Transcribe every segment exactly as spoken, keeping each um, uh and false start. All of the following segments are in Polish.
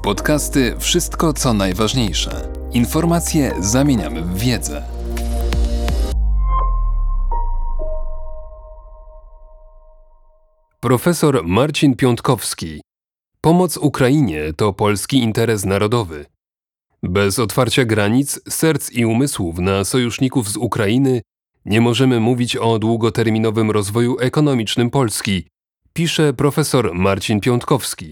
Podcasty Wszystko co najważniejsze. Informacje zamieniamy w wiedzę. Profesor Marcin Piątkowski. Pomoc Ukrainie to polski interes narodowy. Bez otwarcia granic, serc i umysłów na sojuszników z Ukrainy nie możemy mówić o długoterminowym rozwoju ekonomicznym Polski, pisze profesor Marcin Piątkowski.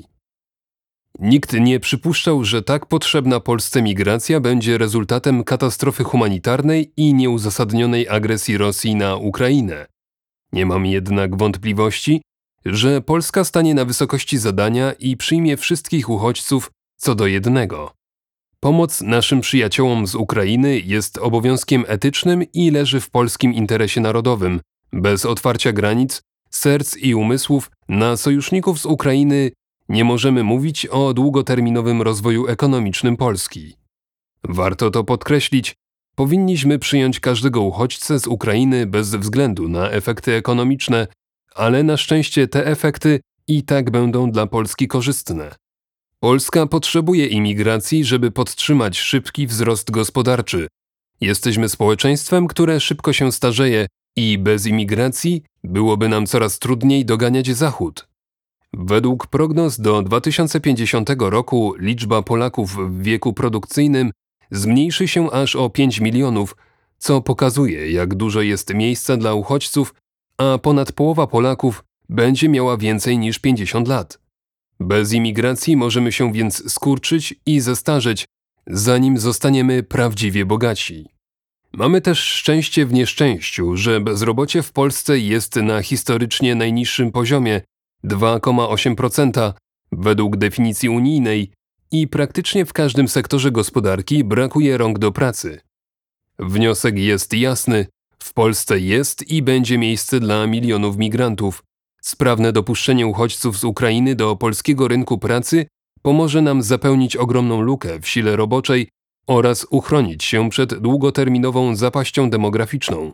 Nikt nie przypuszczał, że tak potrzebna Polsce migracja będzie rezultatem katastrofy humanitarnej i nieuzasadnionej agresji Rosji na Ukrainę. Nie mam jednak wątpliwości, że Polska stanie na wysokości zadania i przyjmie wszystkich uchodźców co do jednego. Pomoc naszym przyjaciołom z Ukrainy jest obowiązkiem etycznym i leży w polskim interesie narodowym. Bez otwarcia granic, serc i umysłów na sojuszników z Ukrainy nie możemy mówić o długoterminowym rozwoju ekonomicznym Polski. Warto to podkreślić, powinniśmy przyjąć każdego uchodźcę z Ukrainy bez względu na efekty ekonomiczne, ale na szczęście te efekty i tak będą dla Polski korzystne. Polska potrzebuje imigracji, żeby podtrzymać szybki wzrost gospodarczy. Jesteśmy społeczeństwem, które szybko się starzeje i bez imigracji byłoby nam coraz trudniej doganiać Zachód. Według prognoz do dwa tysiące pięćdziesiątego roku liczba Polaków w wieku produkcyjnym zmniejszy się aż o pięć milionów, co pokazuje, jak dużo jest miejsca dla uchodźców, a ponad połowa Polaków będzie miała więcej niż pięćdziesiąt lat. Bez imigracji możemy się więc skurczyć i zestarzeć, zanim zostaniemy prawdziwie bogaci. Mamy też szczęście w nieszczęściu, że bezrobocie w Polsce jest na historycznie najniższym poziomie dwa przecinek osiem procent według definicji unijnej i praktycznie w każdym sektorze gospodarki brakuje rąk do pracy. Wniosek jest jasny, w Polsce jest i będzie miejsce dla milionów migrantów. Sprawne dopuszczenie uchodźców z Ukrainy do polskiego rynku pracy pomoże nam zapełnić ogromną lukę w sile roboczej oraz uchronić się przed długoterminową zapaścią demograficzną.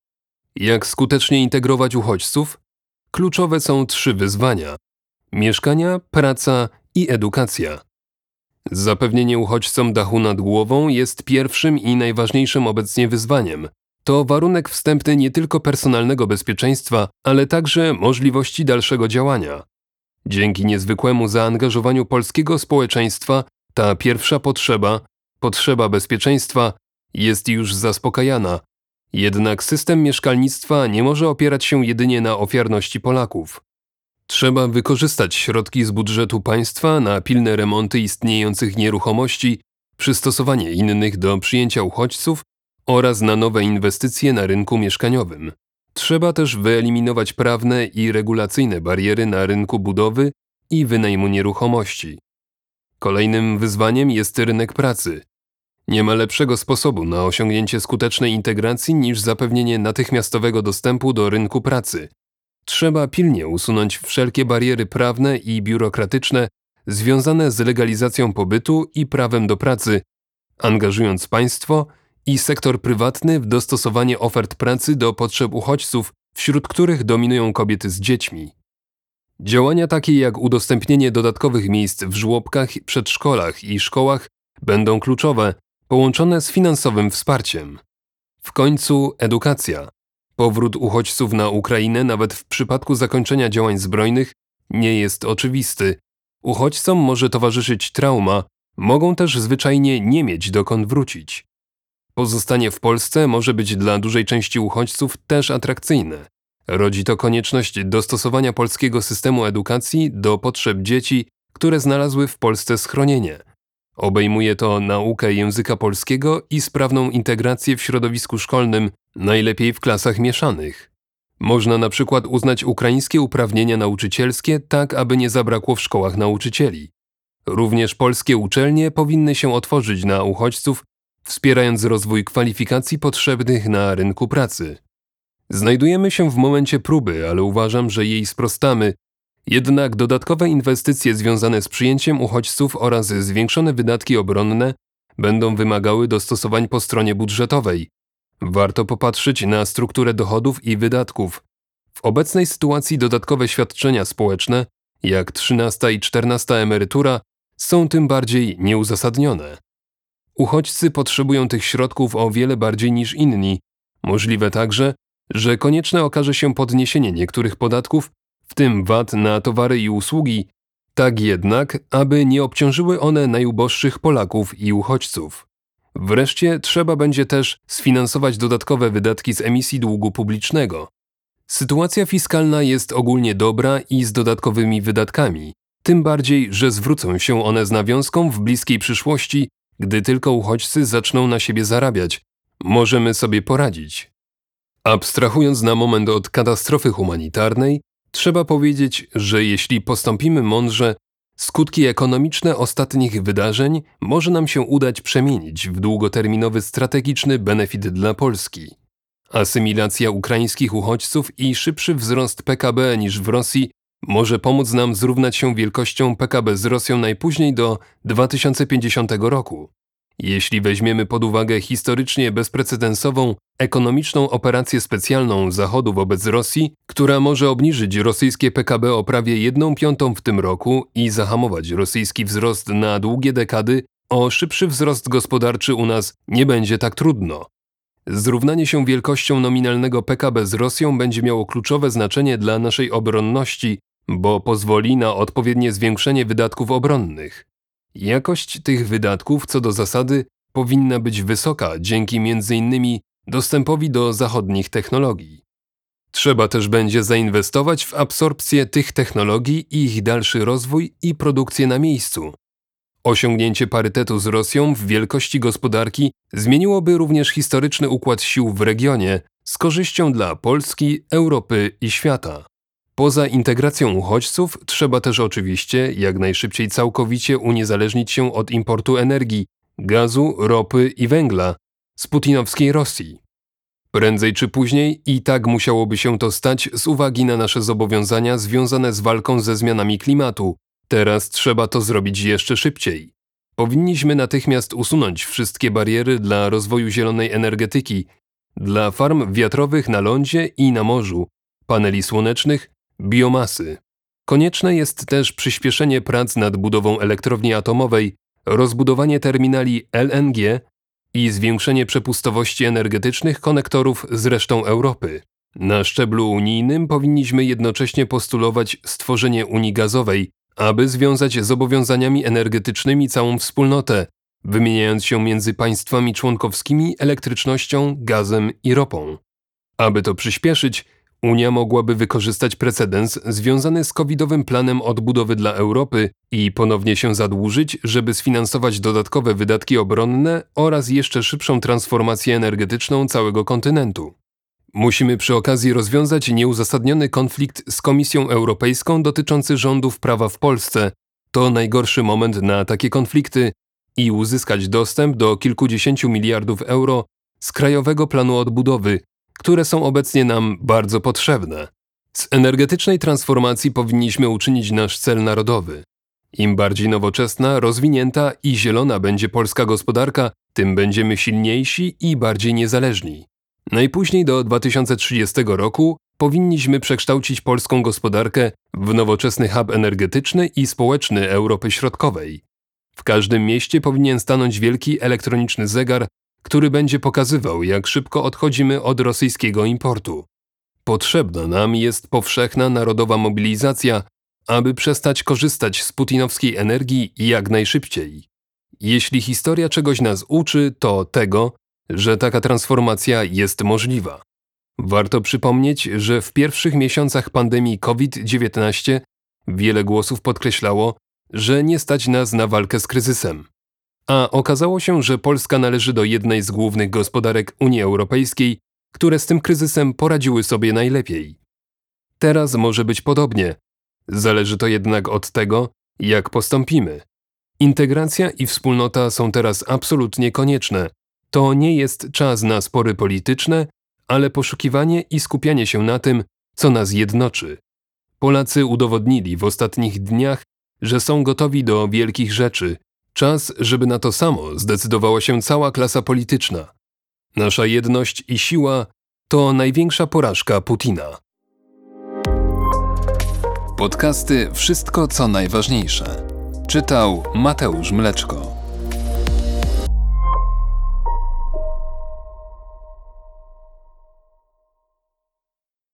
Jak skutecznie integrować uchodźców? Kluczowe są trzy wyzwania: mieszkania, praca i edukacja. Zapewnienie uchodźcom dachu nad głową jest pierwszym i najważniejszym obecnie wyzwaniem. To warunek wstępny nie tylko personalnego bezpieczeństwa, ale także możliwości dalszego działania. Dzięki niezwykłemu zaangażowaniu polskiego społeczeństwa ta pierwsza potrzeba, potrzeba bezpieczeństwa, jest już zaspokajana. Jednak system mieszkalnictwa nie może opierać się jedynie na ofiarności Polaków. Trzeba wykorzystać środki z budżetu państwa na pilne remonty istniejących nieruchomości, przystosowanie innych do przyjęcia uchodźców oraz na nowe inwestycje na rynku mieszkaniowym. Trzeba też wyeliminować prawne i regulacyjne bariery na rynku budowy i wynajmu nieruchomości. Kolejnym wyzwaniem jest rynek pracy. Nie ma lepszego sposobu na osiągnięcie skutecznej integracji niż zapewnienie natychmiastowego dostępu do rynku pracy. Trzeba pilnie usunąć wszelkie bariery prawne i biurokratyczne związane z legalizacją pobytu i prawem do pracy, angażując państwo i sektor prywatny w dostosowanie ofert pracy do potrzeb uchodźców, wśród których dominują kobiety z dziećmi. Działania takie jak udostępnienie dodatkowych miejsc w żłobkach, przedszkolach i szkołach będą kluczowe, połączone z finansowym wsparciem. W końcu edukacja. Powrót uchodźców na Ukrainę nawet w przypadku zakończenia działań zbrojnych nie jest oczywisty. Uchodźcom może towarzyszyć trauma, mogą też zwyczajnie nie mieć dokąd wrócić. Pozostanie w Polsce może być dla dużej części uchodźców też atrakcyjne. Rodzi to konieczność dostosowania polskiego systemu edukacji do potrzeb dzieci, które znalazły w Polsce schronienie. Obejmuje to naukę języka polskiego i sprawną integrację w środowisku szkolnym, najlepiej w klasach mieszanych. Można na przykład uznać ukraińskie uprawnienia nauczycielskie tak, aby nie zabrakło w szkołach nauczycieli. Również polskie uczelnie powinny się otworzyć na uchodźców, wspierając rozwój kwalifikacji potrzebnych na rynku pracy. Znajdujemy się w momencie próby, ale uważam, że jej sprostamy. Jednak dodatkowe inwestycje związane z przyjęciem uchodźców oraz zwiększone wydatki obronne będą wymagały dostosowań po stronie budżetowej. Warto popatrzeć na strukturę dochodów i wydatków. W obecnej sytuacji dodatkowe świadczenia społeczne, jak trzynasta i czternasta emerytura, są tym bardziej nieuzasadnione. Uchodźcy potrzebują tych środków o wiele bardziej niż inni. Możliwe także, że konieczne okaże się podniesienie niektórych podatków, w tym V A T na towary i usługi, tak jednak, aby nie obciążyły one najuboższych Polaków i uchodźców. Wreszcie trzeba będzie też sfinansować dodatkowe wydatki z emisji długu publicznego. Sytuacja fiskalna jest ogólnie dobra i z dodatkowymi wydatkami, tym bardziej, że zwrócą się one z nawiązką w bliskiej przyszłości, gdy tylko uchodźcy zaczną na siebie zarabiać. Możemy sobie poradzić. Abstrahując na moment od katastrofy humanitarnej, trzeba powiedzieć, że jeśli postąpimy mądrze, skutki ekonomiczne ostatnich wydarzeń może nam się udać przemienić w długoterminowy strategiczny benefit dla Polski. Asymilacja ukraińskich uchodźców i szybszy wzrost P K B niż w Rosji może pomóc nam zrównać się wielkością P K B z Rosją najpóźniej do dwa tysiące pięćdziesiątego roku. Jeśli weźmiemy pod uwagę historycznie bezprecedensową, ekonomiczną operację specjalną Zachodu wobec Rosji, która może obniżyć rosyjskie P K B o prawie jedną piątą w tym roku i zahamować rosyjski wzrost na długie dekady, o szybszy wzrost gospodarczy u nas nie będzie tak trudno. Zrównanie się wielkością nominalnego P K B z Rosją będzie miało kluczowe znaczenie dla naszej obronności, bo pozwoli na odpowiednie zwiększenie wydatków obronnych. Jakość tych wydatków co do zasady powinna być wysoka dzięki między innymi dostępowi do zachodnich technologii. Trzeba też będzie zainwestować w absorpcję tych technologii i ich dalszy rozwój i produkcję na miejscu. Osiągnięcie parytetu z Rosją w wielkości gospodarki zmieniłoby również historyczny układ sił w regionie z korzyścią dla Polski, Europy i świata. Poza integracją uchodźców trzeba też oczywiście jak najszybciej całkowicie uniezależnić się od importu energii, gazu, ropy i węgla z putinowskiej Rosji. Prędzej czy później i tak musiałoby się to stać z uwagi na nasze zobowiązania związane z walką ze zmianami klimatu. Teraz trzeba to zrobić jeszcze szybciej. Powinniśmy natychmiast usunąć wszystkie bariery dla rozwoju zielonej energetyki, dla farm wiatrowych na lądzie i na morzu, paneli słonecznych, biomasy. Konieczne jest też przyspieszenie prac nad budową elektrowni atomowej, rozbudowanie terminali L N G i zwiększenie przepustowości energetycznych konektorów z resztą Europy. Na szczeblu unijnym powinniśmy jednocześnie postulować stworzenie Unii Gazowej, aby związać zobowiązaniami energetycznymi całą wspólnotę, wymieniając się między państwami członkowskimi elektrycznością, gazem i ropą. Aby to przyspieszyć, Unia mogłaby wykorzystać precedens związany z covidowym planem odbudowy dla Europy i ponownie się zadłużyć, żeby sfinansować dodatkowe wydatki obronne oraz jeszcze szybszą transformację energetyczną całego kontynentu. Musimy przy okazji rozwiązać nieuzasadniony konflikt z Komisją Europejską dotyczący rządów prawa w Polsce. To najgorszy moment na takie konflikty i uzyskać dostęp do kilkudziesięciu miliardów euro z Krajowego Planu Odbudowy, które są obecnie nam bardzo potrzebne. Z energetycznej transformacji powinniśmy uczynić nasz cel narodowy. Im bardziej nowoczesna, rozwinięta i zielona będzie polska gospodarka, tym będziemy silniejsi i bardziej niezależni. Najpóźniej do dwa tysiące trzydziestego roku powinniśmy przekształcić polską gospodarkę w nowoczesny hub energetyczny i społeczny Europy Środkowej. W każdym mieście powinien stanąć wielki elektroniczny zegar, który będzie pokazywał, jak szybko odchodzimy od rosyjskiego importu. Potrzebna nam jest powszechna narodowa mobilizacja, aby przestać korzystać z putinowskiej energii jak najszybciej. Jeśli historia czegoś nas uczy, to tego, że taka transformacja jest możliwa. Warto przypomnieć, że w pierwszych miesiącach pandemii COVID dziewiętnaście wiele głosów podkreślało, że nie stać nas na walkę z kryzysem. A okazało się, że Polska należy do jednej z głównych gospodarek Unii Europejskiej, które z tym kryzysem poradziły sobie najlepiej. Teraz może być podobnie. Zależy to jednak od tego, jak postąpimy. Integracja i wspólnota są teraz absolutnie konieczne. To nie jest czas na spory polityczne, ale poszukiwanie i skupianie się na tym, co nas jednoczy. Polacy udowodnili w ostatnich dniach, że są gotowi do wielkich rzeczy. Czas, żeby na to samo zdecydowała się cała klasa polityczna. Nasza jedność i siła to największa porażka Putina. Podcasty Wszystko co najważniejsze. Czytał Mateusz Mleczko.